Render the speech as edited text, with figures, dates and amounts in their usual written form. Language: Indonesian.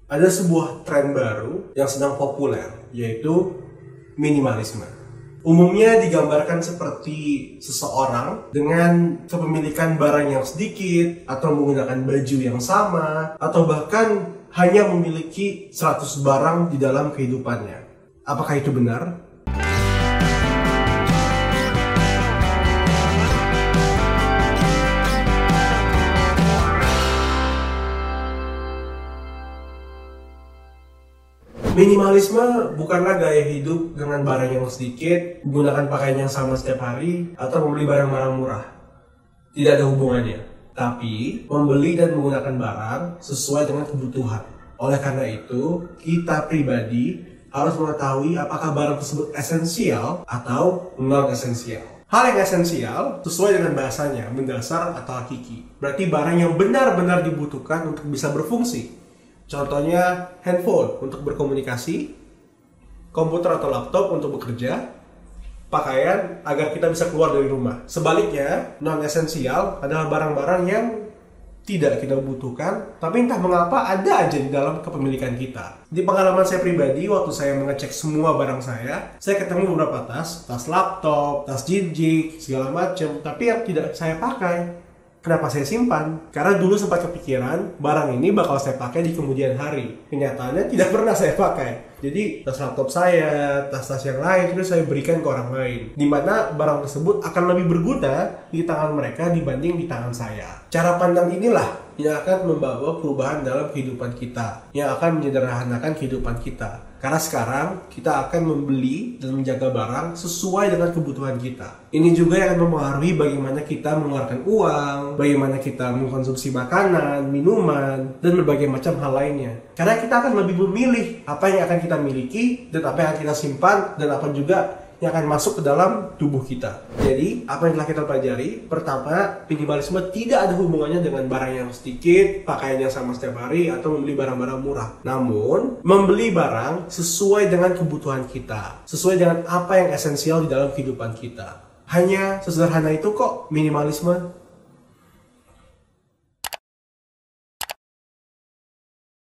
Ada sebuah tren baru yang sedang populer, yaitu minimalisme. Umumnya digambarkan seperti seseorang dengan kepemilikan barang yang sedikit, atau menggunakan baju yang sama, atau bahkan hanya memiliki 100 barang di dalam kehidupannya. Apakah itu benar? Minimalisme bukanlah gaya hidup dengan barang yang sedikit, menggunakan pakaian yang sama setiap hari, atau membeli barang-barang murah. Tidak ada hubungannya. Tapi, membeli dan menggunakan barang sesuai dengan kebutuhan. Oleh karena itu, kita pribadi harus mengetahui apakah barang tersebut esensial atau non-esensial. Hal yang esensial sesuai dengan bahasanya, mendasar atau hakiki. Berarti barang yang benar-benar dibutuhkan untuk bisa berfungsi. Contohnya handphone untuk berkomunikasi, komputer atau laptop untuk bekerja, pakaian agar kita bisa keluar dari rumah. Sebaliknya, non-esensial adalah barang-barang yang tidak kita butuhkan, tapi entah mengapa ada aja di dalam kepemilikan kita. Di pengalaman saya pribadi, waktu saya mengecek semua barang saya ketemu beberapa tas laptop, tas jinjik, segala macam, tapi yang tidak saya pakai. Kenapa saya simpan? Karena dulu sempat kepikiran barang ini bakal saya pakai di kemudian hari. Kenyataannya tidak pernah saya pakai. Jadi tas laptop saya, tas-tas yang lain itu saya berikan ke orang lain. Dimana barang tersebut akan lebih berguna di tangan mereka dibanding di tangan saya. Cara pandang inilah yang akan membawa perubahan dalam kehidupan kita, yang akan menyederhanakan kehidupan kita. Karena sekarang kita akan membeli dan menjaga barang sesuai dengan kebutuhan kita. Ini juga yang akan mempengaruhi bagaimana kita mengeluarkan uang, bagaimana kita mengkonsumsi makanan, minuman, dan berbagai macam hal lainnya. Karena kita akan lebih memilih apa yang akan kita miliki, dan apa yang akan kita simpan, dan apa juga yang akan masuk ke dalam tubuh kita. Jadi, apa yang telah kita pelajari? Pertama, minimalisme tidak ada hubungannya dengan barang yang sedikit, pakaian yang sama setiap hari, atau membeli barang-barang murah. Namun, membeli barang sesuai dengan kebutuhan kita, sesuai dengan apa yang esensial di dalam kehidupan kita. Hanya sesederhana itu kok minimalisme.